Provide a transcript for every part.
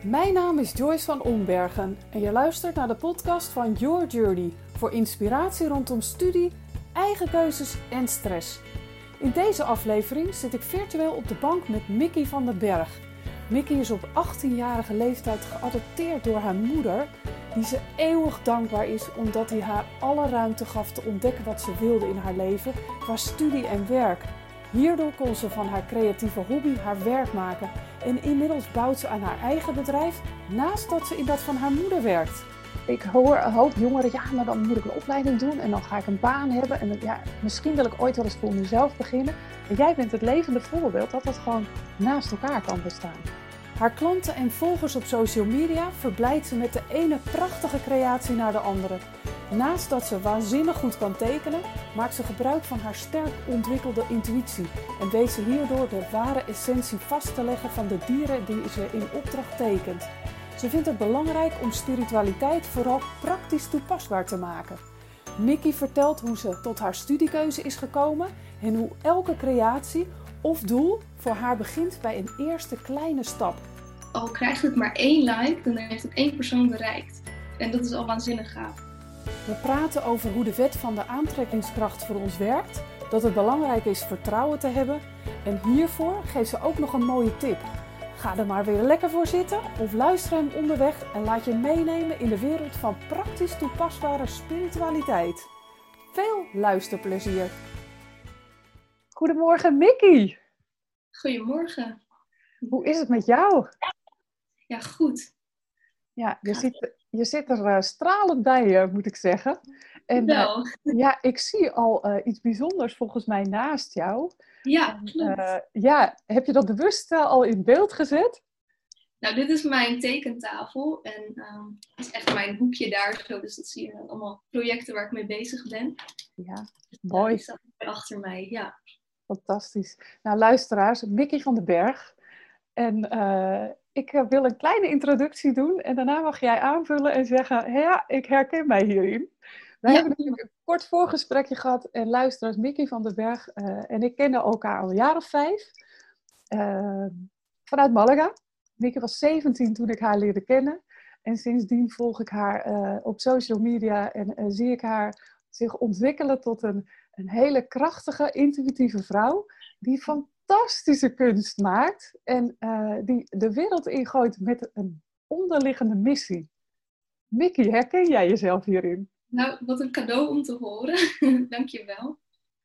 Mijn naam is Joyce van Ombergen en je luistert naar de podcast van Your Journey voor inspiratie rondom studie, eigen keuzes en stress. In deze aflevering zit ik virtueel op de bank met Mickey van den Berg. Mickey is op 18-jarige leeftijd geadopteerd door haar moeder, die ze eeuwig dankbaar is omdat hij haar alle ruimte gaf te ontdekken wat ze wilde in haar leven qua studie en werk. Hierdoor kon ze van haar creatieve hobby haar werk maken en inmiddels bouwt ze aan haar eigen bedrijf naast dat ze in dat van haar moeder werkt. Ik hoor een hoop jongeren, ja, maar dan moet ik een opleiding doen en dan ga ik een baan hebben en ja, misschien wil ik ooit wel eens voor mezelf beginnen. En jij bent het levende voorbeeld dat dat gewoon naast elkaar kan bestaan. Haar klanten en volgers op social media verblijdt ze met de ene prachtige creatie naar de andere. Naast dat ze waanzinnig goed kan tekenen, maakt ze gebruik van haar sterk ontwikkelde intuïtie en weet ze hierdoor de ware essentie vast te leggen van de dieren die ze in opdracht tekent. Ze vindt het belangrijk om spiritualiteit vooral praktisch toepasbaar te maken. Mickey vertelt hoe ze tot haar studiekeuze is gekomen en hoe elke creatie of doel voor haar begint bij een eerste kleine stap. Al krijgt het maar 1 like, dan heeft het 1 persoon bereikt. En dat is al waanzinnig gaaf. We praten over hoe de wet van de aantrekkingskracht voor ons werkt, dat het belangrijk is vertrouwen te hebben en hiervoor geeft ze ook nog een mooie tip. Ga er maar weer lekker voor zitten of luister hem onderweg en laat je meenemen in de wereld van praktisch toepasbare spiritualiteit. Veel luisterplezier! Goedemorgen Mickey! Goedemorgen! Hoe is het met jou? Ja, goed. Ja, je zit er stralend bij, moet ik zeggen. En ja, ik zie al iets bijzonders volgens mij naast jou. Ja, klopt. Ja, heb je dat bewust al in beeld gezet? Nou, dit is mijn tekentafel en dat is echt mijn hoekje daar zo. Dus dat zie je allemaal projecten waar ik mee bezig ben. Ja, mooi. Die staat achter mij, ja. Fantastisch. Nou, luisteraars, Mickey van den Berg. En ik wil een kleine introductie doen en daarna mag jij aanvullen en zeggen, ja, ik herken mij hierin. Wij hebben natuurlijk een kort voorgesprekje gehad en luisteraars, Mickey van den Berg en ik kennen elkaar al een jaar of 5 vanuit Malaga. Mickey was 17 toen ik haar leerde kennen en sindsdien volg ik haar op social media en zie ik haar zich ontwikkelen tot een hele krachtige, intuïtieve vrouw die fantastische kunst maakt en die de wereld ingooit met een onderliggende missie. Mickey, herken jij jezelf hierin? Nou, wat een cadeau om te horen. Dankjewel.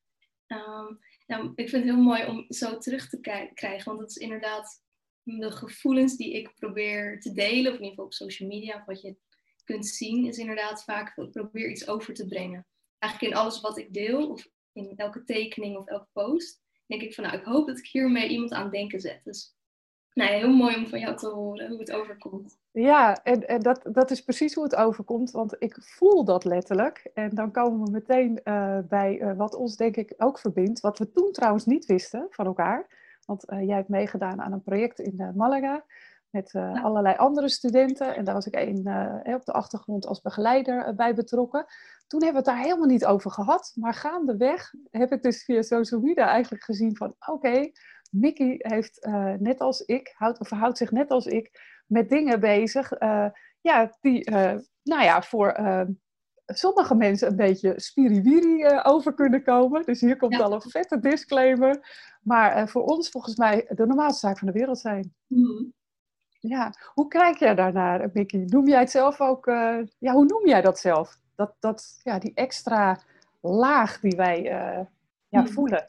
Nou, ik vind het heel mooi om zo terug te krijgen, want dat is inderdaad de gevoelens die ik probeer te delen, of in ieder geval op social media, of wat je kunt zien, is inderdaad vaak, ik probeer iets over te brengen. Eigenlijk in alles wat ik deel, of in elke tekening of elke post, denk ik van, nou, ik hoop dat ik hiermee iemand aan het denken zet. Dus, nou, heel mooi om van jou te horen hoe het overkomt. Ja, en dat is precies hoe het overkomt, want ik voel dat letterlijk. En dan komen we meteen bij wat ons denk ik ook verbindt, wat we toen trouwens niet wisten van elkaar. Want jij hebt meegedaan aan een project in Malaga met allerlei andere studenten. En daar was ik op de achtergrond als begeleider bij betrokken. Toen hebben we het daar helemaal niet over gehad. Maar gaandeweg heb ik dus via social media eigenlijk gezien van oké, Mickey heeft net als ik, verhoudt zich net als ik met dingen bezig die voor sommige mensen een beetje spiriwiri over kunnen komen. Dus hier komt al een vette disclaimer. Maar voor ons volgens mij de normaalste zaak van de wereld zijn. Mm-hmm. Ja, hoe kijk jij daarnaar, Mickey? Noem jij het zelf ook? Hoe noem jij dat zelf? Die extra laag die wij voelen.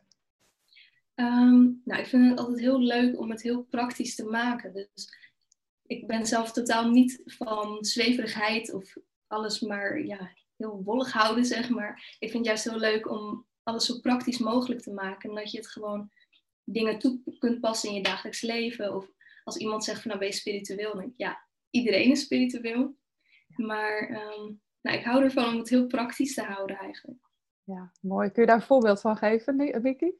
Nou, ik vind het altijd heel leuk om het heel praktisch te maken. Dus ik ben zelf totaal niet van zweverigheid of alles maar heel wollig houden, zeg maar. Ik vind het juist heel leuk om alles zo praktisch mogelijk te maken. En dat je het gewoon dingen toe kunt passen in je dagelijks leven. Of als iemand zegt van nou ben je spiritueel. Dan denk ik, ja, iedereen is spiritueel. Maar ik hou ervan om het heel praktisch te houden eigenlijk. Ja, mooi. Kun je daar een voorbeeld van geven, Mickey?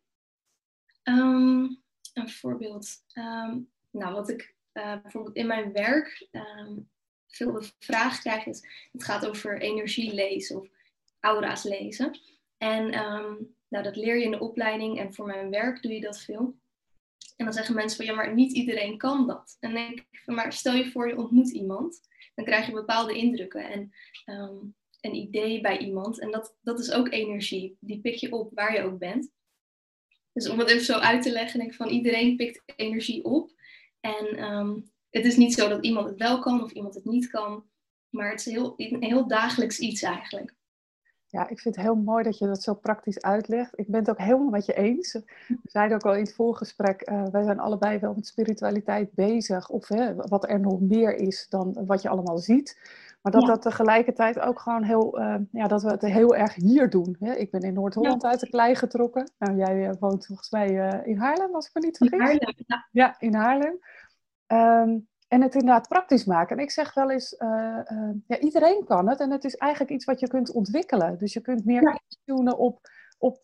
Een voorbeeld. Wat ik bijvoorbeeld in mijn werk veel de vraag krijg is, het gaat over energie lezen of aura's lezen. En dat leer je in de opleiding en voor mijn werk doe je dat veel. En dan zeggen mensen van, ja, maar niet iedereen kan dat. En dan denk ik van, maar stel je voor je ontmoet iemand. Dan krijg je bepaalde indrukken en een idee bij iemand. En dat is ook energie. Die pik je op waar je ook bent. Dus om het even zo uit te leggen, denk ik van, iedereen pikt energie op. En het is niet zo dat iemand het wel kan of iemand het niet kan. Maar het is een heel dagelijks iets eigenlijk. Ja, ik vind het heel mooi dat je dat zo praktisch uitlegt. Ik ben het ook helemaal met je eens. We zeiden ook al in het voorgesprek, wij zijn allebei wel met spiritualiteit bezig. Of wat er nog meer is dan wat je allemaal ziet. Maar dat tegelijkertijd ook gewoon dat we het heel erg hier doen. Hè? Ik ben in Noord-Holland uit de klei getrokken. Nou, jij woont volgens mij in Haarlem, als ik me niet vergis. In Haarlem, ja. Ja, in Haarlem. En het inderdaad praktisch maken. En ik zeg wel eens, iedereen kan het. En het is eigenlijk iets wat je kunt ontwikkelen. Dus je kunt meer intunen op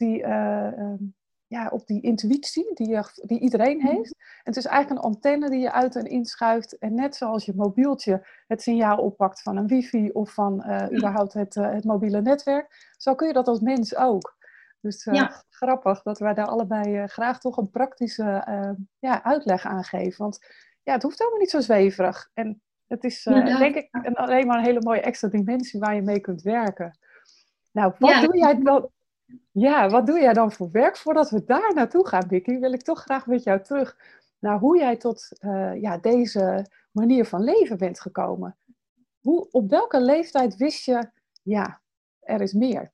die intuïtie die iedereen heeft. En het is eigenlijk een antenne die je uit en inschuift. En net zoals je mobieltje het signaal oppakt van een wifi of van überhaupt het mobiele netwerk. Zo kun je dat als mens ook. Dus grappig dat wij daar allebei graag toch een praktische uitleg aan geven. Want ja, het hoeft helemaal niet zo zweverig. En het is denk ik alleen maar een hele mooie extra dimensie waar je mee kunt werken. Nou, wat doe jij dan voor werk? Voordat we daar naartoe gaan, Vicky, wil ik toch graag met jou terug naar hoe jij tot deze manier van leven bent gekomen. Op welke leeftijd wist je, er is meer?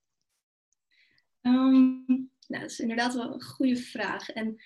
Dat is inderdaad wel een goede vraag. En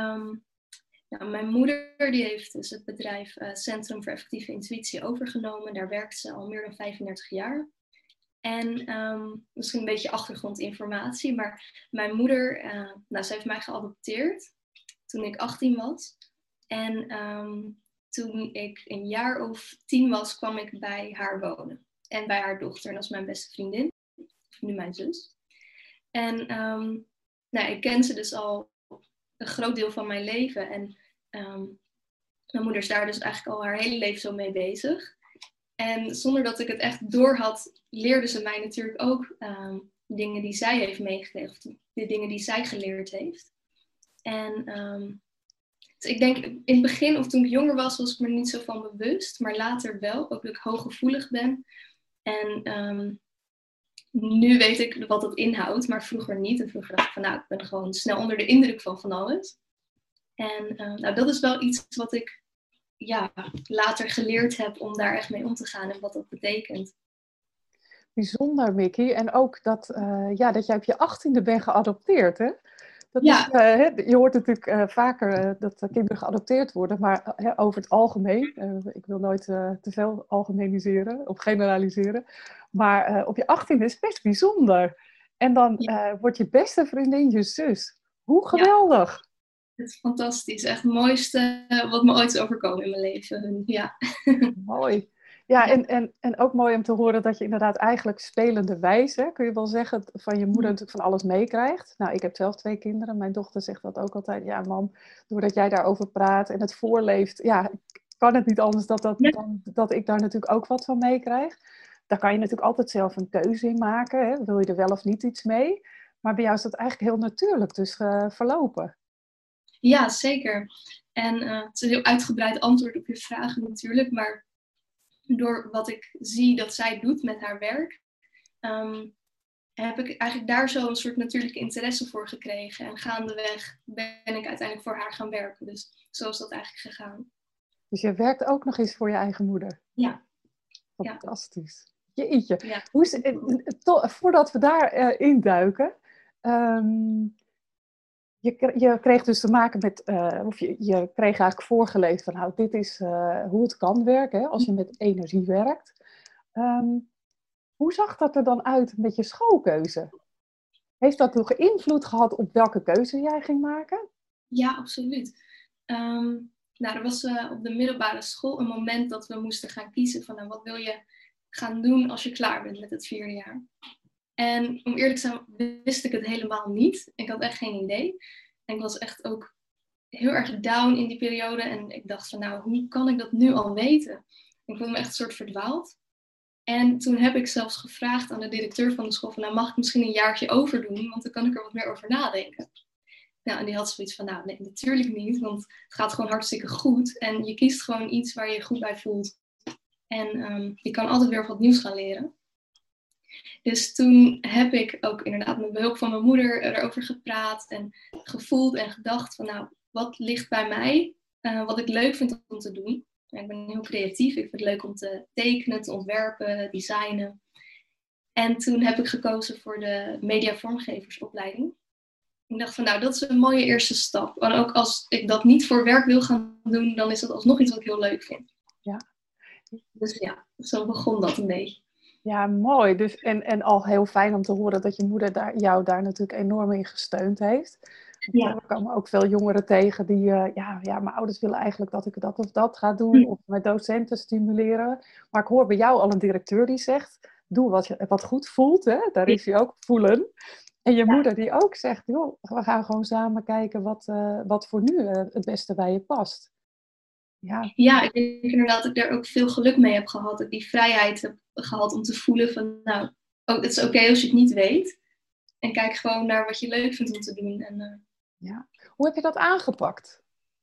mijn moeder die heeft dus het bedrijf Centrum voor Effectieve Intuïtie overgenomen. Daar werkt ze al meer dan 35 jaar. En misschien een beetje achtergrondinformatie, maar mijn moeder, ze heeft mij geadopteerd toen ik 18 was. En toen ik een jaar of 10 was, kwam ik bij haar wonen. En bij haar dochter, en dat is mijn beste vriendin, of nu mijn zus. En ik ken ze dus al een groot deel van mijn leven. En mijn moeder is daar dus eigenlijk al haar hele leven zo mee bezig. En zonder dat ik het echt door had, leerde ze mij natuurlijk ook dingen die zij heeft meegekregen. Of de dingen die zij geleerd heeft. En dus ik denk in het begin, of toen ik jonger was ik me er niet zo van bewust. Maar later wel, ook dat ik hooggevoelig ben. En nu weet ik wat dat inhoudt, maar vroeger niet. En vroeger dacht ik van, ik ben gewoon snel onder de indruk van alles. En dat is wel iets wat ik later geleerd heb om daar echt mee om te gaan en wat dat betekent. Bijzonder, Mickey. En ook dat jij op je 18e bent geadopteerd, hè? Je hoort natuurlijk vaker dat kinderen geadopteerd worden, maar over het algemeen, ik wil nooit te veel algemeniseren of generaliseren, maar op je 18e is best bijzonder. En dan wordt je beste vriendin je zus. Hoe geweldig! Ja. Het is fantastisch. Echt het mooiste wat me ooit is overkomen in mijn leven. Ja. Mooi. Ja, en ook mooi om te horen dat je inderdaad eigenlijk spelende wijze, kun je wel zeggen, van je moeder natuurlijk van alles meekrijgt. Nou, ik heb zelf 2 kinderen. Mijn dochter zegt dat ook altijd. Ja, mam, doordat jij daarover praat en het voorleeft, kan het niet anders dat ik daar natuurlijk ook wat van meekrijg. Daar kan je natuurlijk altijd zelf een keuze in maken. Hè? Wil je er wel of niet iets mee? Maar bij jou is dat eigenlijk heel natuurlijk dus verlopen. Ja, zeker. En het is een heel uitgebreid antwoord op je vragen natuurlijk, maar door wat ik zie dat zij doet met haar werk, heb ik eigenlijk daar zo een soort natuurlijke interesse voor gekregen. En gaandeweg ben ik uiteindelijk voor haar gaan werken. Dus zo is dat eigenlijk gegaan. Dus je werkt ook nog eens voor je eigen moeder? Ja. Fantastisch. Jeetje. Ja. Voordat we daar induiken, je kreeg dus te maken met, je kreeg eigenlijk voorgelezen van, nou, dit is hoe het kan werken, hè, als je met energie werkt. Hoe zag dat er dan uit met je schoolkeuze? Heeft dat nog invloed gehad op welke keuze jij ging maken? Ja, absoluut. Er was op de middelbare school een moment dat we moesten gaan kiezen van, wat wil je gaan doen als je klaar bent met het 4e jaar. En om eerlijk te zijn wist ik het helemaal niet. Ik had echt geen idee. En ik was echt ook heel erg down in die periode. En ik dacht van, hoe kan ik dat nu al weten? Ik voelde me echt een soort verdwaald. En toen heb ik zelfs gevraagd aan de directeur van de school van, mag ik misschien een jaartje overdoen? Want dan kan ik er wat meer over nadenken. Nou, en die had zoiets van, nou, nee, natuurlijk niet, want het gaat gewoon hartstikke goed. En je kiest gewoon iets waar je je goed bij voelt. En je kan altijd weer wat nieuws gaan leren. Dus toen heb ik ook inderdaad met behulp van mijn moeder erover gepraat en gevoeld en gedacht van, nou, wat ligt bij mij, wat ik leuk vind om te doen. En ik ben heel creatief, ik vind het leuk om te tekenen, te ontwerpen, designen. En toen heb ik gekozen voor de mediavormgeversopleiding. Ik dacht van, nou, dat is een mooie eerste stap. En ook als ik dat niet voor werk wil gaan doen, dan is dat alsnog iets wat ik heel leuk vind. Ja. Dus ja, zo begon dat een beetje. Ja, mooi. Dus, en al heel fijn om te horen dat je moeder jou daar natuurlijk enorm in gesteund heeft. Ja. Er komen ook veel jongeren tegen die, mijn ouders willen eigenlijk dat ik dat of dat ga doen. Of mijn docenten stimuleren. Maar ik hoor bij jou al een directeur die zegt, doe wat goed voelt. Hè? Daar is je ook voelen. En je moeder die ook zegt, joh, we gaan gewoon samen kijken wat voor nu het beste bij je past. Ja, ik denk inderdaad dat ik daar ook veel geluk mee heb gehad. Dat ik die vrijheid heb gehad om te voelen van, nou, het is oké als je het niet weet. En kijk gewoon naar wat je leuk vindt om te doen. En, Hoe heb je dat aangepakt?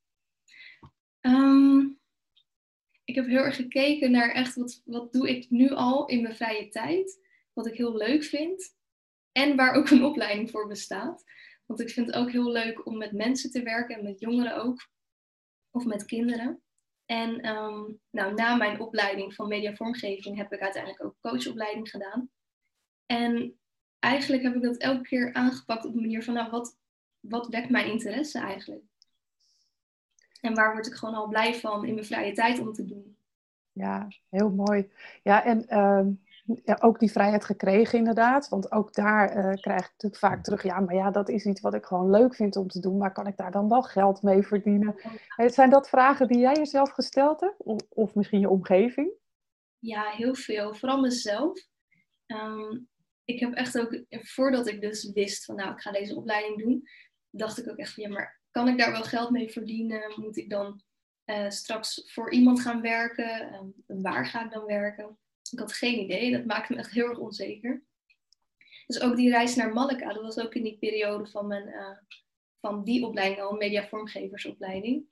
Ik heb heel erg gekeken naar echt wat doe ik nu al in mijn vrije tijd. Wat ik heel leuk vind. En waar ook een opleiding voor bestaat. Want ik vind het ook heel leuk om met mensen te werken en met jongeren ook. Of met kinderen. En na mijn opleiding van mediavormgeving heb ik uiteindelijk ook coachopleiding gedaan. En eigenlijk heb ik dat elke keer aangepakt op de manier van, nou, wat wekt mijn interesse eigenlijk? En waar word ik gewoon al blij van in mijn vrije tijd om te doen? Ja, heel mooi. Ja, en ook die vrijheid gekregen inderdaad. Want ook daar krijg ik natuurlijk vaak terug, dat is iets wat ik gewoon leuk vind om te doen. Maar kan ik daar dan wel geld mee verdienen? Zijn dat vragen die jij jezelf gesteld hebt? Of misschien je omgeving? Ja, heel veel. Vooral mezelf. Ik heb echt ook, voordat ik dus wist van, nou, ik ga deze opleiding doen, dacht ik ook echt van, ja, maar kan ik daar wel geld mee verdienen? Moet ik dan straks voor iemand gaan werken? Waar ga ik dan werken? Ik had geen idee. Dat maakte me echt heel erg onzeker. Dus ook die reis naar Malaga, dat was ook in die periode van die opleiding al, een mediavormgeversopleiding.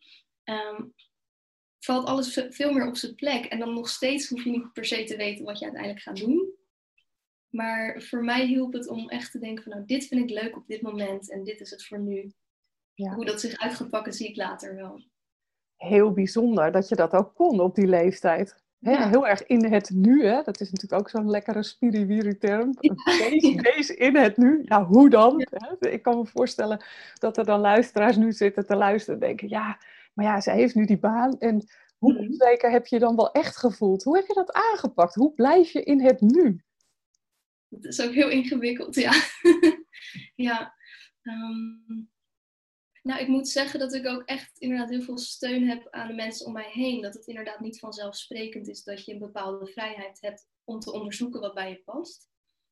Valt alles veel meer op zijn plek. En dan nog steeds hoef je niet per se te weten wat je uiteindelijk gaat doen. Maar voor mij hielp het om echt te denken van, nou, dit vind ik leuk op dit moment en dit is het voor nu. Ja. Hoe dat zich uit gaat pakken, zie ik later wel. Heel bijzonder dat je dat ook kon op die leeftijd. Ja. Heel erg in het nu, hè? Dat is natuurlijk ook zo'n lekkere spiriwiri-term. Wees in het nu. Ja, hoe dan? Ja. Ik kan me voorstellen dat er dan luisteraars nu zitten te luisteren en denken, maar ze heeft nu die baan. En hoe onzeker heb je dan wel echt gevoeld? Hoe heb je dat aangepakt? Hoe blijf je in het nu? Dat is ook heel ingewikkeld, ja. Ja. Nou, ik moet zeggen dat ik ook echt inderdaad heel veel steun heb aan de mensen om mij heen. Dat het inderdaad niet vanzelfsprekend is dat je een bepaalde vrijheid hebt om te onderzoeken wat bij je past.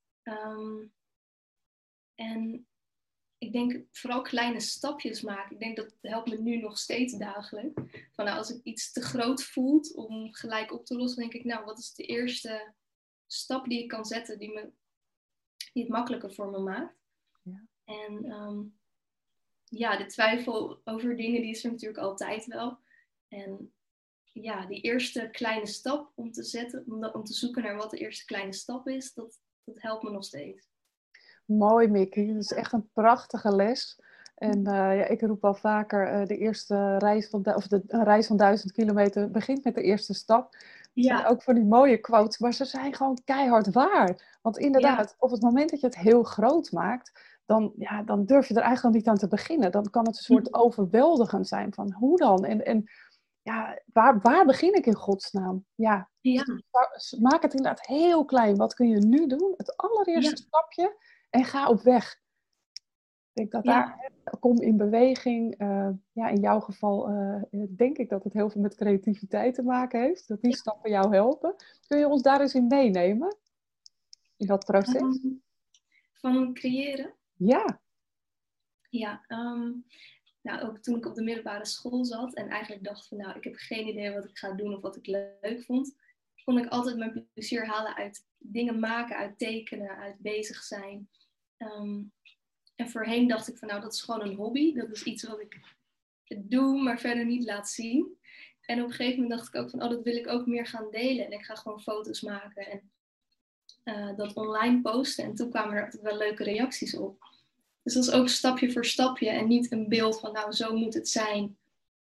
En ik denk vooral kleine stapjes maken. Ik denk dat helpt me nu nog steeds dagelijks. Van, nou, als ik iets te groot voelt om gelijk op te lossen, denk ik, nou, wat is de eerste stap die ik kan zetten die het makkelijker voor me maakt. Ja. En de twijfel over dingen, die is er natuurlijk altijd wel. En ja, die eerste kleine stap om te zetten, om te zoeken naar wat de eerste kleine stap is, dat helpt me nog steeds. Mooi, Mickey. Dat is echt een prachtige les. En ik roep al vaker, de eerste reis een reis van 1000 kilometer begint met de eerste stap. Het zijn ook van die mooie quotes, maar ze zijn gewoon keihard waar. Want inderdaad, op het moment dat je het heel groot maakt, dan durf je er eigenlijk al niet aan te beginnen. Dan kan het een soort overweldigend zijn van hoe dan? En waar begin ik in godsnaam? Ja. Dus maak het inderdaad heel klein. Wat kun je nu doen? Het allereerste stapje en ga op weg. Ik denk dat kom in beweging. In jouw geval denk ik dat het heel veel met creativiteit te maken heeft. Dat die stappen jou helpen. Kun je ons daar eens in meenemen? In dat proces? Van creëren? Ja. Ja, ook toen ik op de middelbare school zat en eigenlijk dacht van, nou, ik heb geen idee wat ik ga doen of wat ik leuk vond, kon ik altijd mijn plezier halen uit dingen maken, uit tekenen, uit bezig zijn. En voorheen dacht ik van nou, dat is gewoon een hobby. Dat is iets wat ik doe, maar verder niet laat zien. En op een gegeven moment dacht ik ook van, dat wil ik ook meer gaan delen. En ik ga gewoon foto's maken en dat online posten. En toen kwamen er altijd wel leuke reacties op. Dus dat is ook stapje voor stapje en niet een beeld van, nou, zo moet het zijn.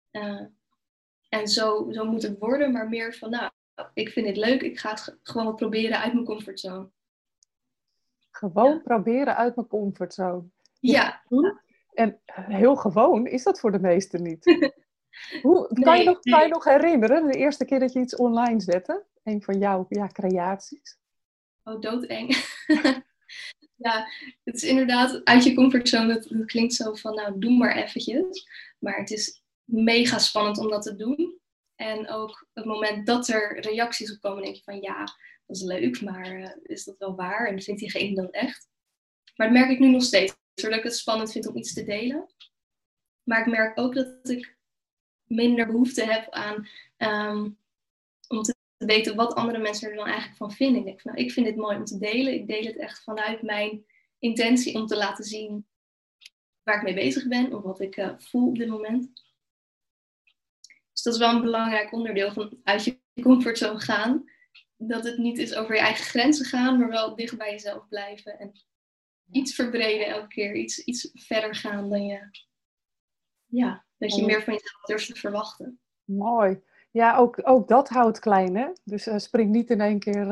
En zo moet het worden, maar meer van, nou, ik vind het leuk. Ik ga het gewoon proberen uit mijn comfortzone. Gewoon proberen uit mijn comfortzone. Ja. En heel gewoon is dat voor de meesten niet. Kan je nog herinneren, de eerste keer dat je iets online zette? Een van jouw creaties? Oh, doodeng. Ja, het is inderdaad uit je comfortzone. Dat klinkt zo van, nou, doe maar eventjes. Maar het is mega spannend om dat te doen. En ook het moment dat er reacties op komen, denk je van, ja, dat is leuk, maar is dat wel waar? En vindt diegene dat echt? Maar dat merk ik nu nog steeds, zodat ik het spannend vind om iets te delen. Maar ik merk ook dat ik minder behoefte heb aan om te weten wat andere mensen er dan eigenlijk van vinden. Ik denk van, nou, ik vind dit mooi om te delen. Ik deel het echt vanuit mijn intentie om te laten zien waar ik mee bezig ben of wat ik voel op dit moment. Dus dat is wel een belangrijk onderdeel van uit je comfortzone gaan. Dat het niet is over je eigen grenzen gaan, maar wel dicht bij jezelf blijven. En iets verbreden elke keer. Iets verder gaan dan je... Ja, dat je meer van jezelf durft te verwachten. Mooi. Ja, ook dat houdt klein, hè? Dus spring niet in één keer...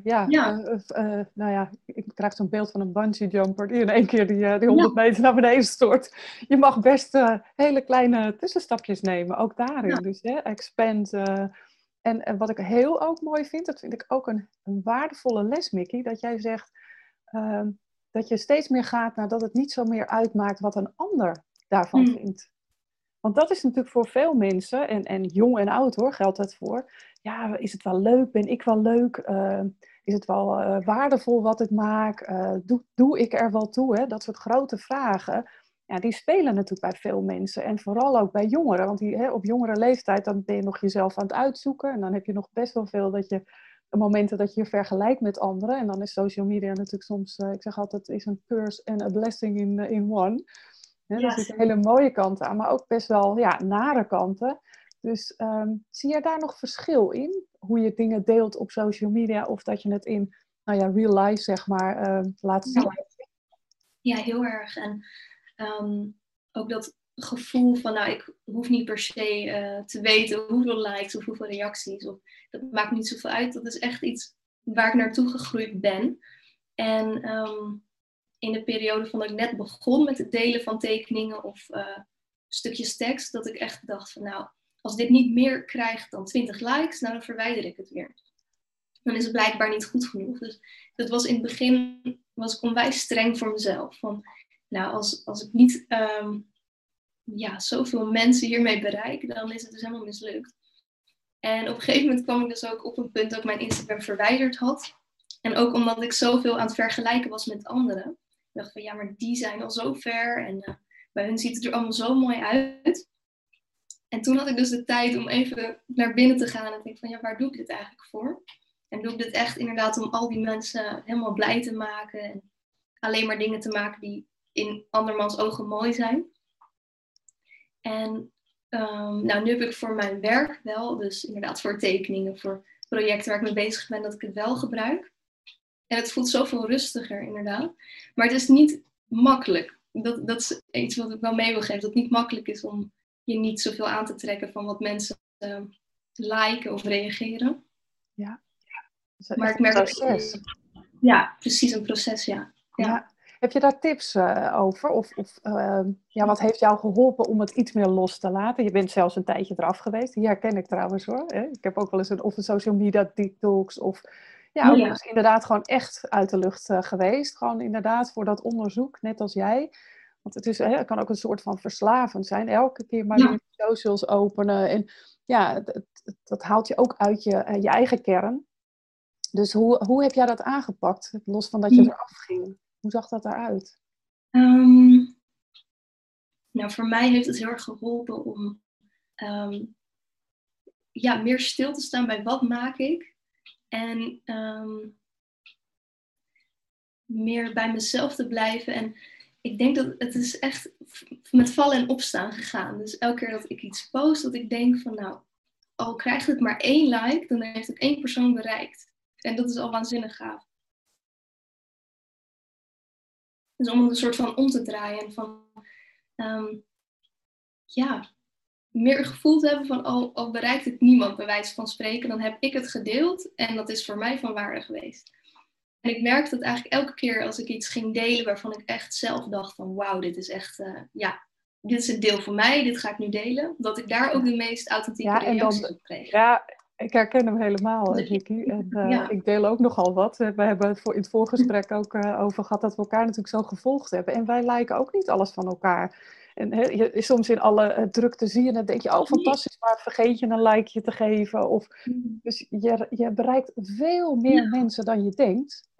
ik krijg zo'n beeld van een bungee jumper die in één keer die 100 meter naar beneden stort. Je mag best hele kleine tussenstapjes nemen, ook daarin. Ja. Dus expand. En wat ik heel ook mooi vind, dat vind ik ook een waardevolle les, Mickey, dat jij zegt dat je steeds meer gaat naar dat het niet zo meer uitmaakt wat een ander daarvan vindt. Want dat is natuurlijk voor veel mensen, en jong en oud hoor, geldt dat voor. Ja, is het wel leuk? Ben ik wel leuk? Is het wel waardevol wat ik maak? Doe ik er wel toe? Hè? Dat soort grote vragen, ja, die spelen natuurlijk bij veel mensen. En vooral ook bij jongeren. Want op jongere leeftijd dan ben je nog jezelf aan het uitzoeken. En dan heb je nog best wel veel momenten dat je je vergelijkt met anderen. En dan is social media natuurlijk soms, ik zeg altijd, is een curse and a blessing in one. Ja, er zitten hele mooie kanten aan, maar ook best wel nare kanten. Dus zie je daar nog verschil in? Hoe je dingen deelt op social media of dat je het in real life zeg maar laat zien? Ja, heel erg. En ook dat gevoel van ik hoef niet per se te weten hoeveel likes of hoeveel reacties. Of, dat maakt niet zoveel uit. Dat is echt iets waar ik naartoe gegroeid ben. En in de periode van dat ik net begon met het delen van tekeningen of stukjes tekst, dat ik echt dacht van als dit niet meer krijgt dan 20 likes, dan verwijder ik het weer. Dan is het blijkbaar niet goed genoeg. Dus dat was in het begin was ik onwijs streng voor mezelf. Van, als ik niet zoveel mensen hiermee bereik, dan is het dus helemaal mislukt. En op een gegeven moment kwam ik dus ook op een punt dat ik mijn Instagram verwijderd had. En ook omdat ik zoveel aan het vergelijken was met anderen. Ik dacht van maar die zijn al zo ver en bij hun ziet het er allemaal zo mooi uit. En toen had ik dus de tijd om even naar binnen te gaan en denk van waar doe ik dit eigenlijk voor? En doe ik dit echt inderdaad om al die mensen helemaal blij te maken en alleen maar dingen te maken die in andermans ogen mooi zijn. En nu heb ik voor mijn werk wel, dus inderdaad voor tekeningen, voor projecten waar ik mee bezig ben, dat ik het wel gebruik. En het voelt zoveel rustiger, inderdaad. Maar het is niet makkelijk. Dat is iets wat ik wel mee wil geven. Dat het niet makkelijk is om je niet zoveel aan te trekken van wat mensen liken of reageren. Ja. Maar ik merk proces. Ja, precies een proces, ja. Heb je daar tips over? Of wat heeft jou geholpen om het iets meer los te laten? Je bent zelfs een tijdje eraf geweest. Die herken ik trouwens hoor. Hè? Ik heb ook wel eens een social media detox of... Dus inderdaad gewoon echt uit de lucht geweest. Gewoon inderdaad voor dat onderzoek, net als jij. Want het kan ook een soort van verslavend zijn. Elke keer maar weer socials openen. En dat haalt je ook uit je eigen kern. Dus hoe heb jij dat aangepakt? Los van dat je eraf ging. Hoe zag dat eruit? Voor mij heeft het heel erg geholpen om meer stil te staan bij wat maak ik. En meer bij mezelf te blijven. En ik denk dat het is echt met vallen en opstaan gegaan. Dus elke keer dat ik iets post, dat ik denk van nou, al krijgt het maar 1 like, dan heeft het 1 persoon bereikt. En dat is al waanzinnig gaaf. Dus om het een soort van om te draaien en van meer het gevoel te hebben van al bereikt het niemand bij wijze van spreken, dan heb ik het gedeeld en dat is voor mij van waarde geweest. En ik merkte dat eigenlijk elke keer als ik iets ging delen waarvan ik echt zelf dacht van wauw, dit is echt, dit is een deel van mij, dit ga ik nu delen. Dat ik daar ook de meest authentieke reacties op kreeg. Ja, ik herken hem helemaal, Vicky. En ik deel ook nogal wat. We hebben het in het voorgesprek ook over gehad dat we elkaar natuurlijk zo gevolgd hebben. En wij liken ook niet alles van elkaar. En soms in alle drukte zie je, dan denk je, oh fantastisch, maar vergeet je een likeje te geven. Dus je bereikt veel meer mensen dan je denkt.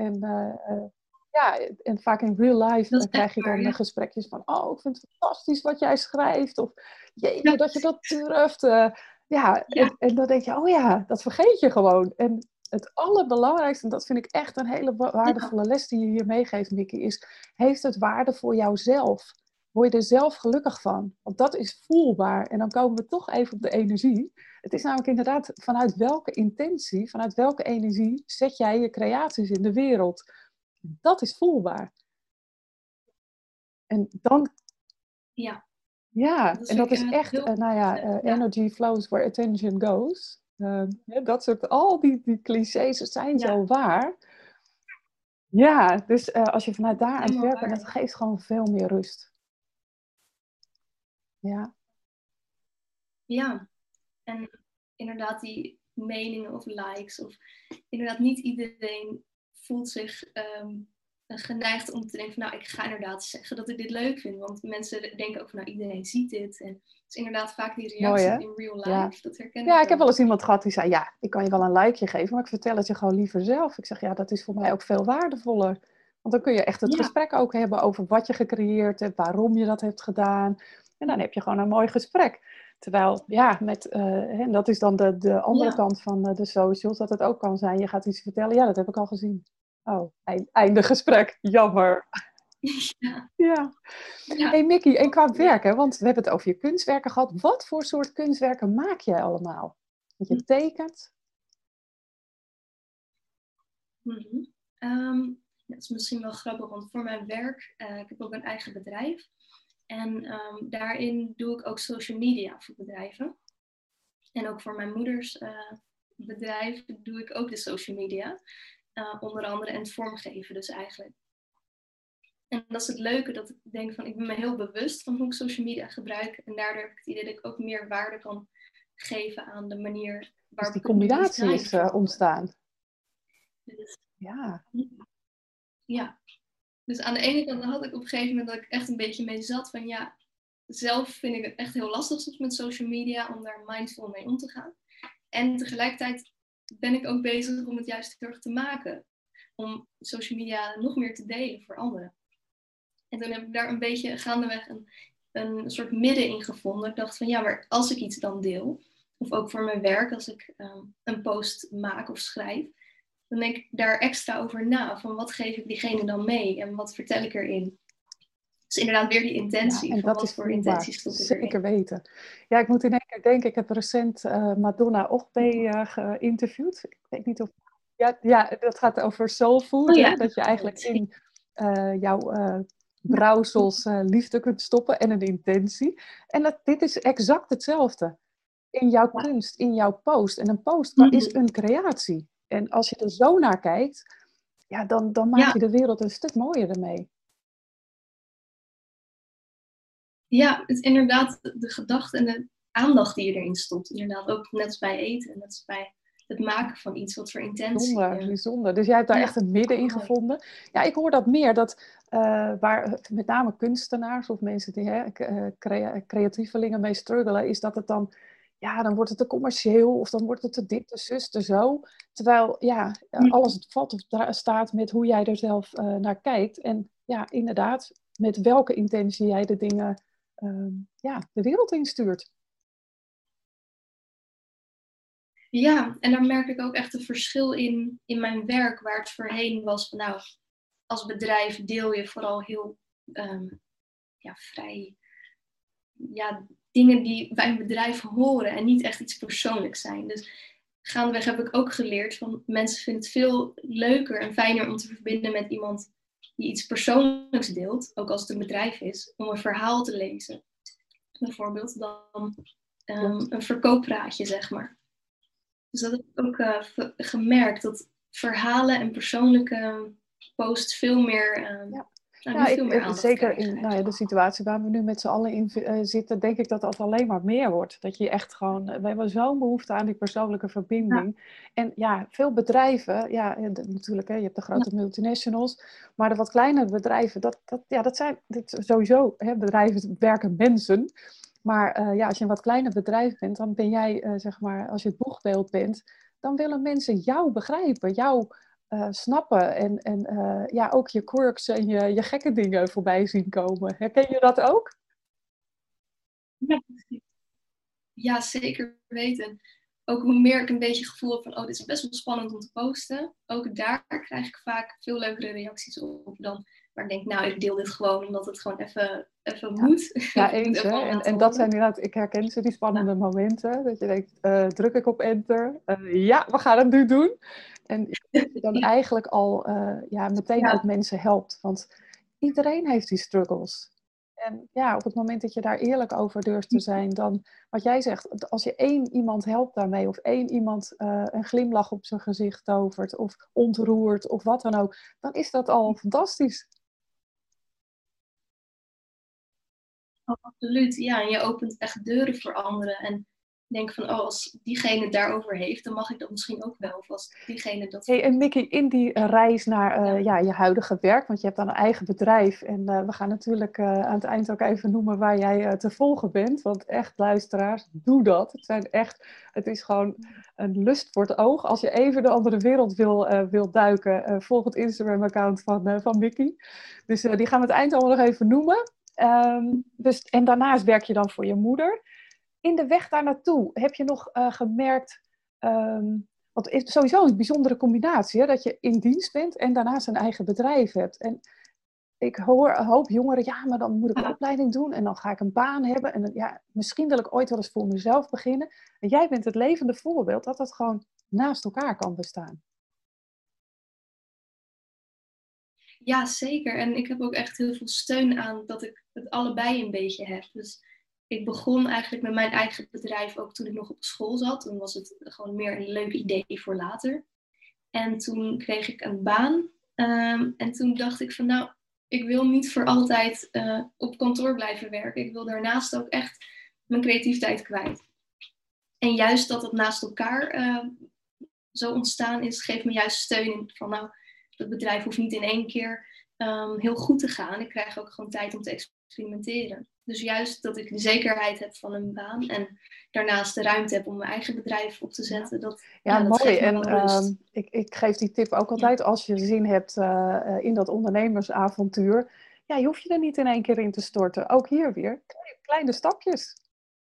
En vaak in real life krijg je dan gesprekjes van, oh, ik vind het fantastisch wat jij schrijft. Of, jeetje, dat je dat durft. En dan denk je, oh ja, dat vergeet je gewoon. En het allerbelangrijkste, en dat vind ik echt een hele waardevolle les die je hier meegeeft, Vicky, is, heeft het waarde voor jouzelf? Word je er zelf gelukkig van? Want dat is voelbaar. En dan komen we toch even op de energie. Het is namelijk inderdaad, vanuit welke intentie, vanuit welke energie zet jij je creaties in de wereld? Dat is voelbaar. En dan... Ja, en dat is echt, energy flows where attention goes. Dat soort, al die clichés zijn zo waar. Ja, dus als je vanuit daar aan het werken bent, dat geeft gewoon veel meer rust. Ja. Ja, en inderdaad die meningen of likes, of inderdaad niet iedereen voelt zich geneigd om te denken van nou, ik ga inderdaad zeggen dat ik dit leuk vind. Want mensen denken ook van nou, iedereen ziet dit. En het is inderdaad vaak die reactie in real life. Ja. Dat herken ik. Ja, ik heb wel eens iemand gehad die zei, ja, ik kan je wel een likeje geven, maar ik vertel het je gewoon liever zelf. Ik zeg, ja, dat is voor mij ook veel waardevoller. Want dan kun je echt het gesprek ook hebben over wat je gecreëerd hebt, waarom je dat hebt gedaan. En dan heb je gewoon een mooi gesprek. Terwijl, en dat is dan de andere kant van de socials, dat het ook kan zijn, je gaat iets vertellen, ja, dat heb ik al gezien. Oh, einde gesprek. Jammer. Ja. Hey Mickey, en qua werken, want we hebben het over je kunstwerken gehad. Wat voor soort kunstwerken maak jij allemaal? Dat je tekent? Dat is misschien wel grappig, want voor mijn werk, ik heb ook een eigen bedrijf. En daarin doe ik ook social media voor bedrijven. En ook voor mijn moeders bedrijf doe ik ook de social media. Onder andere en het vormgeven dus eigenlijk. En dat is het leuke, dat ik denk van ik ben me heel bewust van hoe ik social media gebruik. En daardoor heb ik het idee dat ik ook meer waarde kan geven aan de manier waarop die combinatie is ontstaan. Dus, ja. Dus aan de ene kant had ik op een gegeven moment dat ik echt een beetje mee zat van ja, zelf vind ik het echt heel lastig soms met social media om daar mindful mee om te gaan. En tegelijkertijd ben ik ook bezig om het juist heel erg te maken. Om social media nog meer te delen voor anderen. En toen heb ik daar een beetje gaandeweg een soort midden in gevonden. Ik dacht van ja, maar als ik iets dan deel, of ook voor mijn werk, als ik een post maak of schrijf, dan denk ik daar extra over na. Van wat geef ik diegene dan mee en wat vertel ik erin? Dus inderdaad weer die intentie. En van dat wat is voor intenties stop ik zeker erin. weten. Ja, ik moet in één keer denken, ik heb recent Madonna Ogbe geïnterviewd. Ik weet niet of... Ja, dat gaat over soul food. Hè? Dat je eigenlijk in jouw brouwsels liefde kunt stoppen en een intentie. En dit is exact hetzelfde. In jouw kunst, in jouw post. En een post is een creatie. En als je er zo naar kijkt, ja, dan maak je de wereld een stuk mooier ermee. Ja, het is inderdaad de gedachte en de aandacht die je erin stopt. Inderdaad, ook net als bij eten, net als bij het maken van iets, wat voor intentie. Bijzonder. Dus jij hebt daar echt een midden in gevonden. Ja, ik hoor dat meer, dat waar met name kunstenaars of mensen die creatievelingen mee struggelen, is dat het dan, dan wordt het te commercieel of dan wordt het te dit, te zus, te zo. Terwijl, alles valt of staat met hoe jij er zelf naar kijkt. En ja, inderdaad, met welke intentie jij de dingen de wereld instuurt. Ja, en daar merk ik ook echt een verschil in mijn werk, waar het voorheen was van nou, als bedrijf deel je vooral heel vrij dingen die bij een bedrijf horen en niet echt iets persoonlijks zijn. Dus gaandeweg heb ik ook geleerd van mensen vinden het veel leuker en fijner om te verbinden met iemand die iets persoonlijks deelt, ook als het een bedrijf is, om een verhaal te lezen. Bijvoorbeeld dan een verkooppraatje, zeg maar. Dus dat heb ik ook gemerkt, dat verhalen en persoonlijke posts veel meer... zeker in de situatie waar we nu met z'n allen in zitten, denk ik dat dat alleen maar meer wordt. Dat je echt gewoon, we hebben zo'n behoefte aan die persoonlijke verbinding. Ja. En ja, veel bedrijven, natuurlijk, je hebt de grote multinationals, maar de wat kleinere bedrijven, dat zijn sowieso, bedrijven werken mensen. Maar als je een wat kleiner bedrijf bent, dan ben jij, als je het boegbeeld bent, dan willen mensen jou begrijpen, jou snappen en ook je quirks en je gekke dingen voorbij zien komen. Herken je dat ook? Ja, zeker weten. Ook hoe meer ik een beetje het gevoel heb van, dit is best wel spannend om te posten. Ook daar krijg ik vaak veel leukere reacties op dan. Maar ik denk, ik deel dit gewoon omdat het gewoon even moet. Ja, eens. En dat zijn inderdaad, ik herken ze, die spannende momenten. Dat je denkt, druk ik op enter? We gaan het nu doen. En je dan eigenlijk al meteen ook mensen helpt. Want iedereen heeft die struggles. En op het moment dat je daar eerlijk over durft te zijn, dan, wat jij zegt, als je één iemand helpt daarmee, of één iemand een glimlach op zijn gezicht tovert, of ontroert, of wat dan ook, dan is dat al fantastisch. Oh, absoluut, ja. En je opent echt deuren voor anderen. En denk van, als diegene het daarover heeft, dan mag ik dat misschien ook wel. Of als diegene dat... Hey, en Mickey, in die reis naar je huidige werk, want je hebt dan een eigen bedrijf. En we gaan natuurlijk aan het eind ook even noemen waar jij te volgen bent. Want echt, luisteraars, doe dat. Het is gewoon een lust voor het oog. Als je even de andere wereld wil duiken, volg het Instagram-account van Mickey. Dus die gaan we het eind allemaal nog even noemen. En daarnaast werk je dan voor je moeder. In de weg daar naartoe heb je nog gemerkt, want het is sowieso een bijzondere combinatie, dat je in dienst bent en daarnaast een eigen bedrijf hebt. En ik hoor een hoop jongeren, maar dan moet ik een opleiding doen en dan ga ik een baan hebben. En misschien wil ik ooit wel eens voor mezelf beginnen. En jij bent het levende voorbeeld dat dat gewoon naast elkaar kan bestaan. Ja, zeker. En ik heb ook echt heel veel steun aan dat ik het allebei een beetje heb. Dus ik begon eigenlijk met mijn eigen bedrijf ook toen ik nog op school zat. Toen was het gewoon meer een leuk idee voor later. En toen kreeg ik een baan. En toen dacht ik van ik wil niet voor altijd op kantoor blijven werken. Ik wil daarnaast ook echt mijn creativiteit kwijt. En juist dat het naast elkaar zo ontstaan is, geeft me juist steun in van het bedrijf hoeft niet in één keer heel goed te gaan. Ik krijg ook gewoon tijd om te experimenteren. Dus juist dat ik de zekerheid heb van een baan en daarnaast de ruimte heb om mijn eigen bedrijf op te zetten. Dat mooi. En ik geef die tip ook altijd als je zin hebt in dat ondernemersavontuur. Je hoeft je er niet in één keer in te storten. Ook hier weer kleine stapjes.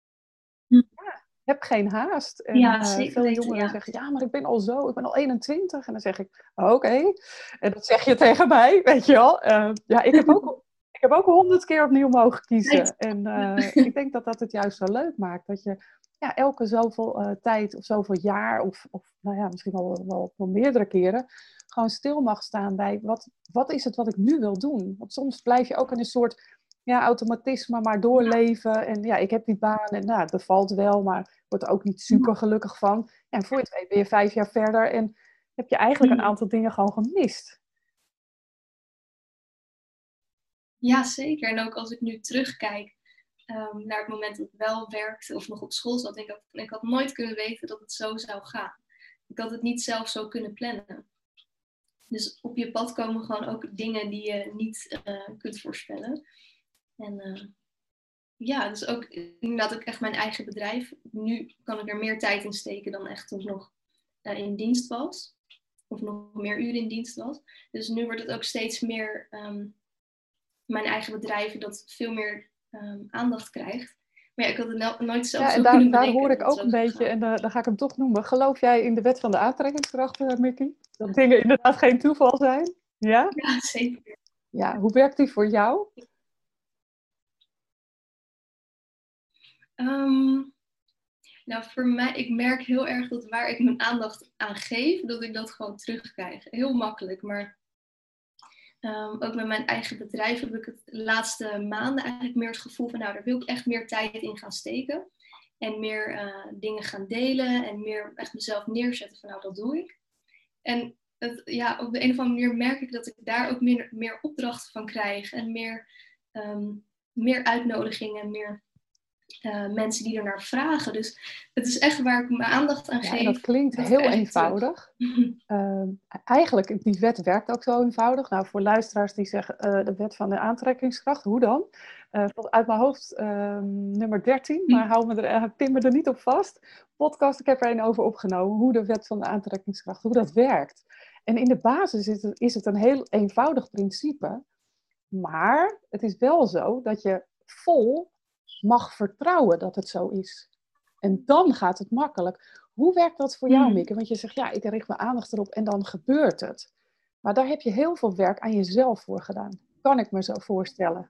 Heb geen haast. En veel jongeren zeggen, maar ik ben al ik ben al 21. En dan zeg ik, oké. En dat zeg je tegen mij, weet je wel. Ik heb ook 100 keer opnieuw mogen kiezen. En ik denk dat dat het juist zo leuk maakt. Dat je elke zoveel tijd of zoveel jaar, of misschien wel meerdere keren, gewoon stil mag staan bij wat is het wat ik nu wil doen. Want soms blijf je ook in een soort automatisme maar doorleven. En ik heb die baan en het bevalt wel, maar ik word er ook niet super gelukkig van. En voor je het weet ben je 5 jaar verder en heb je eigenlijk een aantal dingen gewoon gemist. Ja, zeker. En ook als ik nu terugkijk naar het moment dat ik wel werkte of nog op school zat, ik had nooit kunnen weten dat het zo zou gaan. Ik had het niet zelf zo kunnen plannen. Dus op je pad komen gewoon ook dingen die je niet kunt voorspellen. En dus ook inderdaad ook echt mijn eigen bedrijf. Nu kan ik er meer tijd in steken dan echt toen ik nog in dienst was. Of nog meer uren in dienst was. Dus nu wordt het ook steeds meer mijn eigen bedrijf dat veel meer aandacht krijgt. Maar ik had het nooit zelf zo kunnen bedenken. Daar hoor ik ook een beetje, en dan ga ik hem toch noemen. Geloof jij in de wet van de aantrekkingskracht, Mickey? Dat dingen inderdaad geen toeval zijn? Ja? Ja, zeker. Ja, hoe werkt die voor jou? Nou, voor mij, ik merk heel erg dat waar ik mijn aandacht aan geef, dat ik dat gewoon terugkrijg. Heel makkelijk, maar ook met mijn eigen bedrijf heb ik het de laatste maanden eigenlijk meer het gevoel van, nou, daar wil ik echt meer tijd in gaan steken. En meer dingen gaan delen en meer echt mezelf neerzetten van, nou, dat doe ik. En op de een of andere manier merk ik dat ik daar ook meer opdrachten van krijg. En meer uitnodigingen, meer mensen die ernaar vragen. Dus het is echt waar ik mijn aandacht aan geef. En dat klinkt heel eenvoudig. Eigenlijk, die wet werkt ook zo eenvoudig. Nou, voor luisteraars die zeggen de wet van de aantrekkingskracht, hoe dan? Uit mijn hoofd nummer 13, maar pin me er niet op vast. Podcast, ik heb er een over opgenomen, hoe de wet van de aantrekkingskracht, hoe dat werkt. En in de basis is het een heel eenvoudig principe. Maar het is wel zo dat je vol mag vertrouwen dat het zo is. En dan gaat het makkelijk. Hoe werkt dat voor jou, Mieke? Want je zegt, ja, ik richt mijn aandacht erop en dan gebeurt het. Maar daar heb je heel veel werk aan jezelf voor gedaan. Kan ik me zo voorstellen.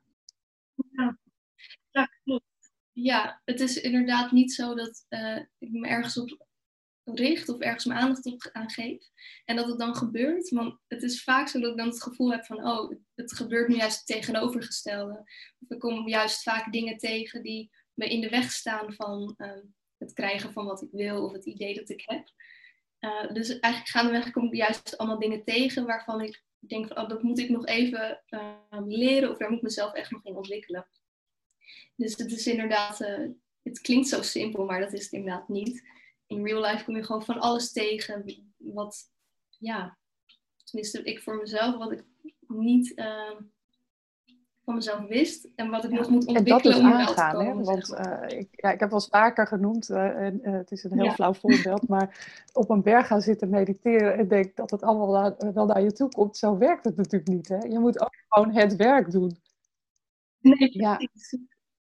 Ja, klopt. Ja, het is inderdaad niet zo dat ik me ergens op richt of ergens mijn aandacht op aan geef. En dat het dan gebeurt. Want het is vaak zo dat ik dan het gevoel heb van, oh, het gebeurt nu juist het tegenovergestelde. Of ik kom juist vaak dingen tegen die me in de weg staan van het krijgen van wat ik wil of het idee dat ik heb. Dus eigenlijk gaandeweg kom ik juist allemaal dingen tegen waarvan ik denk van, oh, dat moet ik nog even leren of daar moet ik mezelf echt nog in ontwikkelen. Dus het is inderdaad, het klinkt zo simpel, maar dat is het inderdaad niet. In real life kom je gewoon van alles tegen wat, ja, tenminste ik voor mezelf, wat ik niet van mezelf wist en wat ik nog moet ontwikkelen om eruit te komen. Hè? Want ik heb wel eens vaker genoemd, het is een heel flauw voorbeeld, maar op een berg gaan zitten mediteren en denk dat het allemaal wel naar je toe komt. Zo werkt het natuurlijk niet. Hè? Je moet ook gewoon het werk doen. Nee, precies.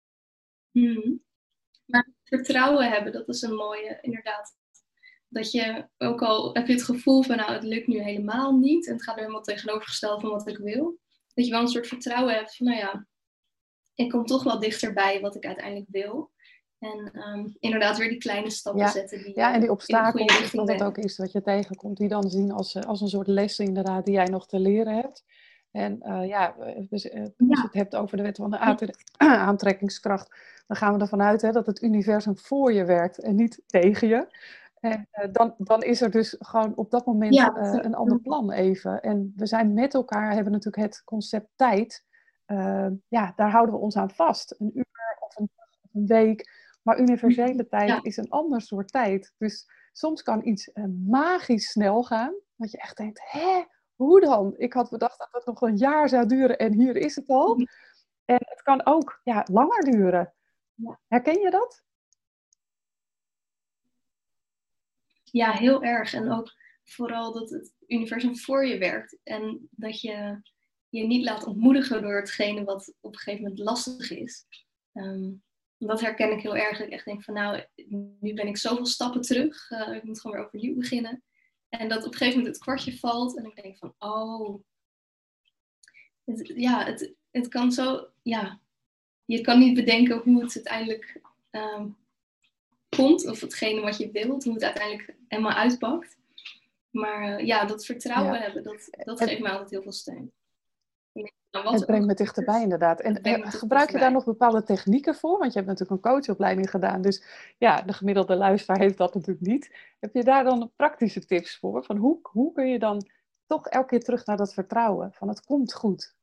Maar vertrouwen hebben, dat is een mooie, inderdaad. Dat je, ook al heb je het gevoel van, nou, het lukt nu helemaal niet. En het gaat nu helemaal tegenovergesteld van wat ik wil. Dat je wel een soort vertrouwen hebt van, nou ja, ik kom toch wel dichterbij wat ik uiteindelijk wil. En inderdaad weer die kleine stappen zetten. En die obstakels, wat het ook is wat je tegenkomt, die dan zien als een soort les inderdaad die jij nog te leren hebt. En als je het hebt over de wet van de aantrekkingskracht, dan gaan we ervan uit dat het universum voor je werkt en niet tegen je. En dan is er dus gewoon op dat moment een ander plan even. En we zijn met elkaar, hebben natuurlijk het concept tijd. Daar houden we ons aan vast. Een uur of een week. Maar universele tijd is een ander soort tijd. Dus soms kan iets magisch snel gaan. Dat je echt denkt, hoe dan? Ik had bedacht dat het nog een jaar zou duren en hier is het al. En het kan ook langer duren. Herken je dat? Ja, heel erg. En ook vooral dat het universum voor je werkt. En dat je je niet laat ontmoedigen door hetgene wat op een gegeven moment lastig is. Dat herken ik heel erg. Dat ik echt denk van, nou, nu ben ik zoveel stappen terug. Ik moet gewoon weer overnieuw beginnen. En dat op een gegeven moment het kwartje valt. En ik denk van, oh. Het kan zo, je kan niet bedenken hoe het uiteindelijk komt. Of hetgene wat je wilt. Hoe het uiteindelijk helemaal uitpakt. Maar dat vertrouwen hebben, dat geeft me altijd heel veel steun. Het brengt me dichterbij inderdaad. En gebruik je daar nog bepaalde technieken voor? Want je hebt natuurlijk een coachopleiding gedaan. Dus de gemiddelde luisteraar heeft dat natuurlijk niet. Heb je daar dan praktische tips voor? Van hoe kun je dan toch elke keer terug naar dat vertrouwen? Van het komt goed.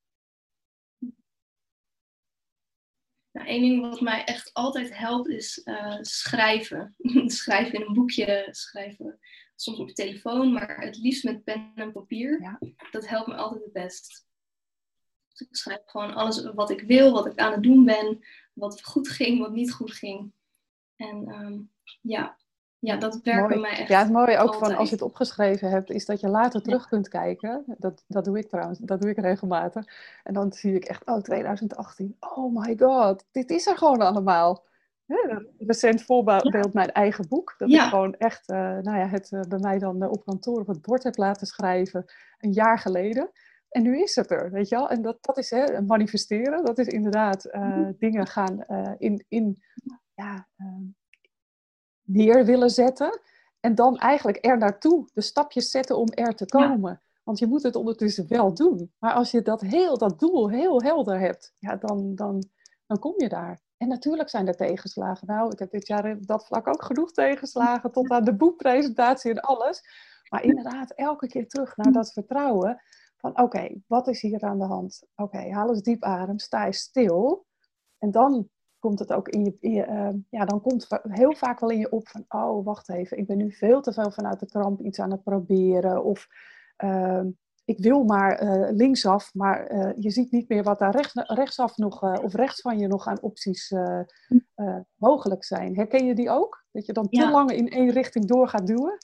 Nou, één ding wat mij echt altijd helpt is schrijven. Schrijven in een boekje, schrijven soms op je telefoon, maar het liefst met pen en papier. Ja. Dat helpt me altijd het best. Dus ik schrijf gewoon alles wat ik wil, wat ik aan het doen ben, wat goed ging, wat niet goed ging. En dat werkt bij mij echt. Ja, het mooie ook van als je het opgeschreven hebt, is dat je later terug kunt kijken. Dat doe ik trouwens, dat doe ik regelmatig. En dan zie ik echt, 2018, oh my god, dit is er gewoon allemaal. Een recent voorbeeld mijn eigen boek. Dat ik gewoon echt het bij mij dan op kantoor op het bord heb laten schrijven een jaar geleden. En nu is het er, weet je wel. En dat is manifesteren. Dat is inderdaad dingen gaan neer willen zetten. En dan eigenlijk er naartoe de stapjes zetten om er te komen. Ja. Want je moet het ondertussen wel doen. Maar als je dat doel heel helder hebt, ja, dan kom je daar. En natuurlijk zijn er tegenslagen. Nou, ik heb dit jaar op dat vlak ook genoeg tegenslagen. Tot aan de boekpresentatie en alles. Maar inderdaad, elke keer terug naar dat vertrouwen. Van oké, wat is hier aan de hand? Oké, haal eens diep adem, sta eens stil. En dan komt het ook dan komt heel vaak wel in je op van, oh, wacht even, ik ben nu veel te veel vanuit de kramp iets aan het proberen. Of ik wil maar linksaf, maar je ziet niet meer wat daar rechtsaf nog, of rechts van je nog aan opties mogelijk zijn. Herken je die ook? Dat je dan te lang in één richting door gaat duwen?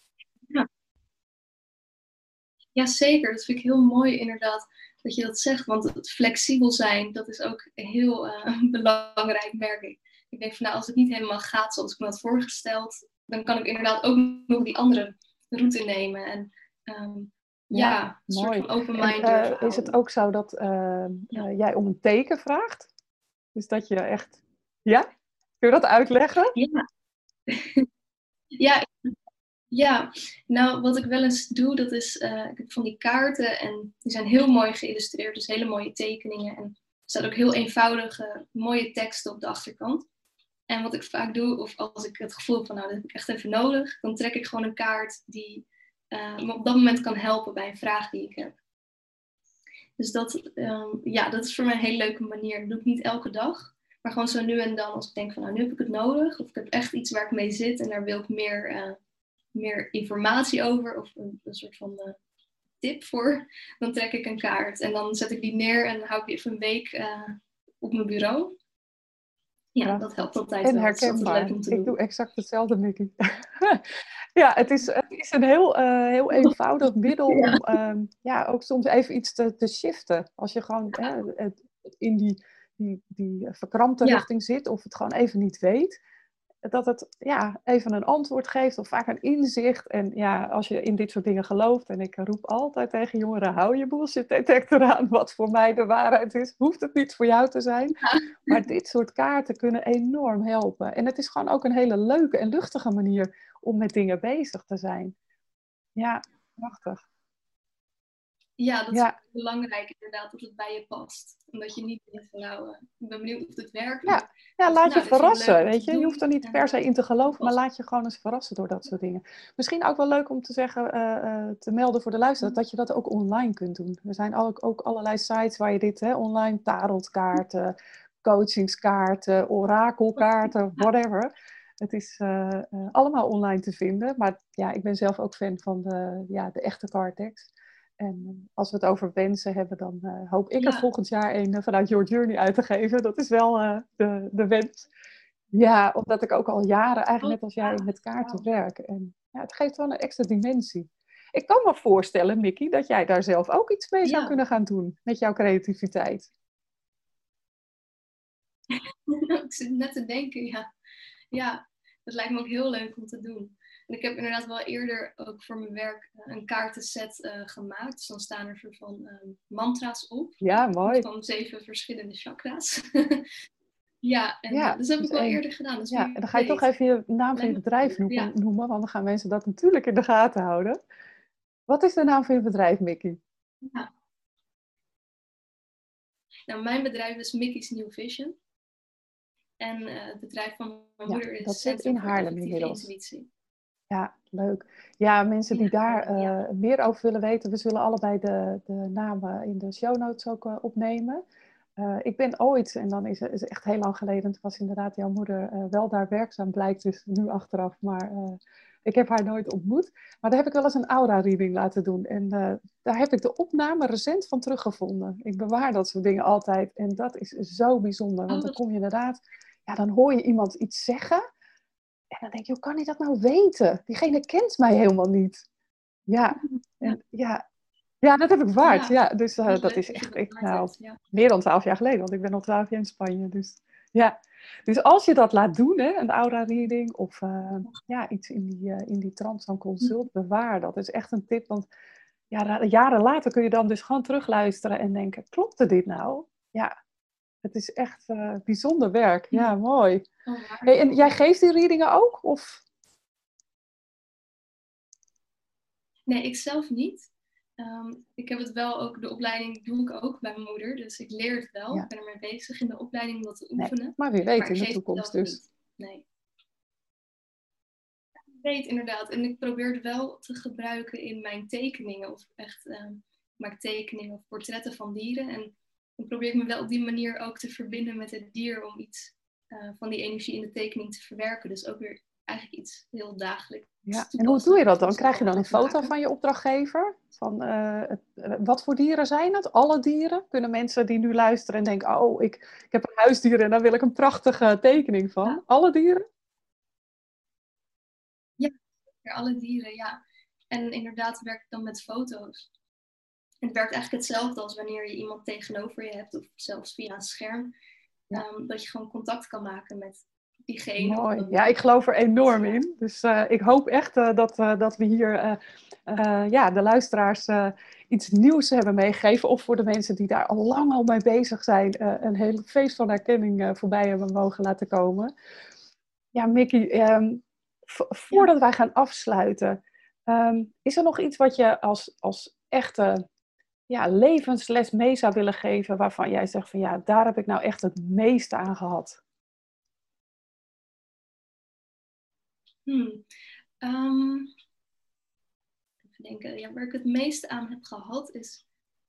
Ja, zeker. Dat vind ik heel mooi inderdaad dat je dat zegt. Want het flexibel zijn, dat is ook heel belangrijk, merk ik. Ik denk van nou, als het niet helemaal gaat zoals ik me had voorgesteld, dan kan ik inderdaad ook nog die andere route nemen. En een soort van open mind. Is het ook zo dat jij om een teken vraagt? Dus dat je echt... Ja? Kun je dat uitleggen? Ja. Ja, nou wat ik wel eens doe, dat is, ik heb van die kaarten en die zijn heel mooi geïllustreerd, dus hele mooie tekeningen. En er staat ook heel eenvoudige, mooie teksten op de achterkant. En wat ik vaak doe, of als ik het gevoel heb van nou, dat heb ik echt even nodig, dan trek ik gewoon een kaart die me op dat moment kan helpen bij een vraag die ik heb. Dus dat is voor mij een hele leuke manier. Dat doe ik niet elke dag, maar gewoon zo nu en dan als ik denk van nou, nu heb ik het nodig. Of ik heb echt iets waar ik mee zit en daar wil ik meer informatie over of een soort van tip voor, dan trek ik een kaart. En dan zet ik die neer en hou ik die even een week op mijn bureau. Ja, dat helpt altijd en wel. herkenbaar. Leuk om te doen. Ik doe exact hetzelfde, Mickey. Ja, het is een heel eenvoudig middel om ook soms even iets te shiften. Als je gewoon in die verkrampte richting zit of het gewoon even niet weet. Dat het even een antwoord geeft of vaak een inzicht. En ja, als je in dit soort dingen gelooft, en ik roep altijd tegen jongeren, hou je bullshit detector aan, wat voor mij de waarheid is, hoeft het niet voor jou te zijn. Maar dit soort kaarten kunnen enorm helpen. En het is gewoon ook een hele leuke en luchtige manier om met dingen bezig te zijn. Ja, prachtig. Ja, dat is belangrijk inderdaad, dat het bij je past. Omdat je niet denkt van nou, ik ben benieuwd of het werkt. Ja, laat je verrassen, weet je. Je hoeft er niet per se in te geloven, maar laat je gewoon eens verrassen door dat soort dingen. Misschien ook wel leuk om te zeggen, te melden voor de luisteraar, dat je dat ook online kunt doen. Er zijn ook allerlei sites waar je dit, online tarotkaarten, coachingskaarten, orakelkaarten, whatever. Het is allemaal online te vinden, maar ja, ik ben zelf ook fan van de echte card-decks. En als we het over wensen hebben, dan hoop ik er volgend jaar een vanuit Your Journey uit te geven. Dat is wel de wens. Ja, omdat ik ook al jaren eigenlijk net als jij met kaarten werk. En ja, het geeft wel een extra dimensie. Ik kan me voorstellen, Mickey, dat jij daar zelf ook iets mee zou kunnen gaan doen. Met jouw creativiteit. Ik zit net te denken, ja, dat lijkt me ook heel leuk om te doen. En ik heb inderdaad wel eerder ook voor mijn werk een kaartenset gemaakt. Dus dan staan er soort van mantra's op. Ja, mooi. Van 7 verschillende chakra's. Dus dat heb ik wel eerder gedaan. Dus en dan ga je toch even je naam van je bedrijf noemen. Want dan gaan mensen dat natuurlijk in de gaten houden. Wat is de naam van je bedrijf, Mickey? Ja. Nou, mijn bedrijf is Mickey's New Vision. En het bedrijf van mijn moeder is dat zit in Haarlem inmiddels. Intuïtie. Ja, leuk. Ja, mensen die daar meer over willen weten, we zullen allebei de namen in de show notes ook opnemen. Ik ben ooit, en dan is het echt heel lang geleden, het was inderdaad jouw moeder wel daar werkzaam, blijkt dus nu achteraf, maar ik heb haar nooit ontmoet. Maar daar heb ik wel eens een aura-reading laten doen. En daar heb ik de opname recent van teruggevonden. Ik bewaar dat soort dingen altijd en dat is zo bijzonder, want dan kom je inderdaad, dan hoor je iemand iets zeggen. En dan denk je, hoe kan hij dat nou weten? Diegene kent mij helemaal niet. Ja, dat heb ik bewaard. Ja, dus dat is echt meer dan 12 jaar geleden. Want ik ben al 12 jaar in Spanje. Dus als je dat laat doen, een aura-reading of iets in die trant van consult, bewaar dat. Dat is echt een tip. Want jaren later kun je dan dus gewoon terugluisteren en denken, klopte dit nou? Ja, Het is echt bijzonder werk. Ja, mooi. Oh, Hey, en jij geeft die readingen ook? Of? Nee, ik zelf niet. Ik heb het wel ook, de opleiding doe ik ook bij mijn moeder. Dus ik leer het wel. Ja. Ik ben ermee bezig in de opleiding wat te oefenen. Nee, maar wie weet maar in de ik toekomst zelf dus. niet. Nee. Ik weet inderdaad. En ik probeer het wel te gebruiken in mijn tekeningen. Of echt, ik maak tekeningen of portretten van dieren. En dan probeer ik me wel op die manier ook te verbinden met het dier. Om iets van die energie in de tekening te verwerken. Dus ook weer eigenlijk iets heel dagelijks. Ja. En hoe doe je dat dan? Krijg je dan een foto maken. van je opdrachtgever? Van, wat voor dieren zijn het? Alle dieren? Kunnen mensen die nu luisteren en denken... oh, ik heb een huisdier en daar wil ik een prachtige tekening van. Ja. Alle dieren? Ja, alle dieren, ja. En inderdaad werk ik dan met foto's. En het werkt eigenlijk hetzelfde als wanneer je iemand tegenover je hebt... of zelfs via een scherm. Dat je gewoon contact kan maken met diegene. Mooi. Ja, ik geloof er enorm in. Dus ik hoop echt dat we hier de luisteraars iets nieuws hebben meegegeven. Of voor de mensen die daar al lang al mee bezig zijn, een heel feest van herkenning voorbij hebben mogen laten komen. Ja, Mickey, voordat wij gaan afsluiten, is er nog iets wat je als echte levensles mee zou willen geven, waarvan jij zegt van ja, daar heb ik nou echt het meeste aan gehad? Even denken. Ja, waar ik het meeste aan heb gehad is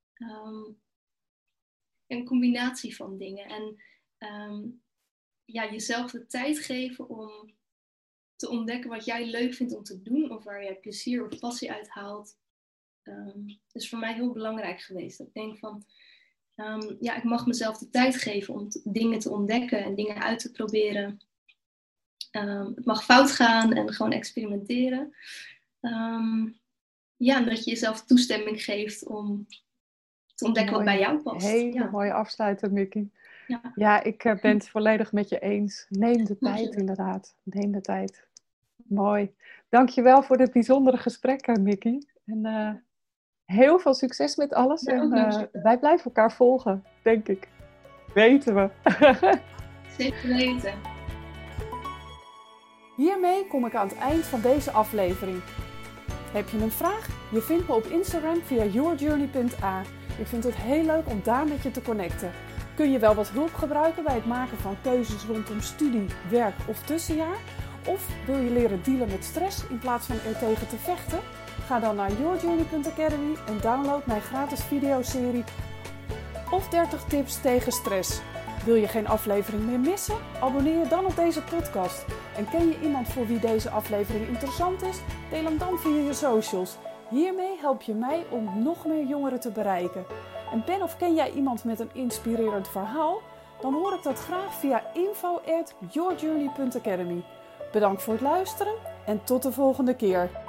een combinatie van dingen. En jezelf de tijd geven om te ontdekken wat jij leuk vindt om te doen. Of waar jij plezier of passie uit haalt. Is voor mij heel belangrijk geweest. Dat ik denk van, ik mag mezelf de tijd geven om dingen te ontdekken en dingen uit te proberen. Het mag fout gaan en gewoon experimenteren. En dat je jezelf toestemming geeft om te ontdekken wat bij jou past. Hele mooie afsluiter, Mickey. Ja, ik ben het volledig met je eens. Neem de tijd inderdaad. Neem de tijd. Mooi. Dankjewel voor dit bijzondere gesprek, Mickey. En heel veel succes met alles. Ja, en wij blijven elkaar volgen, denk ik. Weten we. Zeker weten. Hiermee kom ik aan het eind van deze aflevering. Heb je een vraag? Je vindt me op Instagram via yourjourney.a. Ik vind het heel leuk om daar met je te connecten. Kun je wel wat hulp gebruiken bij het maken van keuzes rondom studie, werk of tussenjaar? Of wil je leren dealen met stress in plaats van er tegen te vechten? Ga dan naar yourjourney.academy en download mijn gratis videoserie of 30 tips tegen stress. Wil je geen aflevering meer missen? Abonneer je dan op deze podcast. En ken je iemand voor wie deze aflevering interessant is? Deel hem dan via je socials. Hiermee help je mij om nog meer jongeren te bereiken. En ben of ken jij iemand met een inspirerend verhaal? Dan hoor ik dat graag via info@yourjourney.academy. Bedankt voor het luisteren en tot de volgende keer.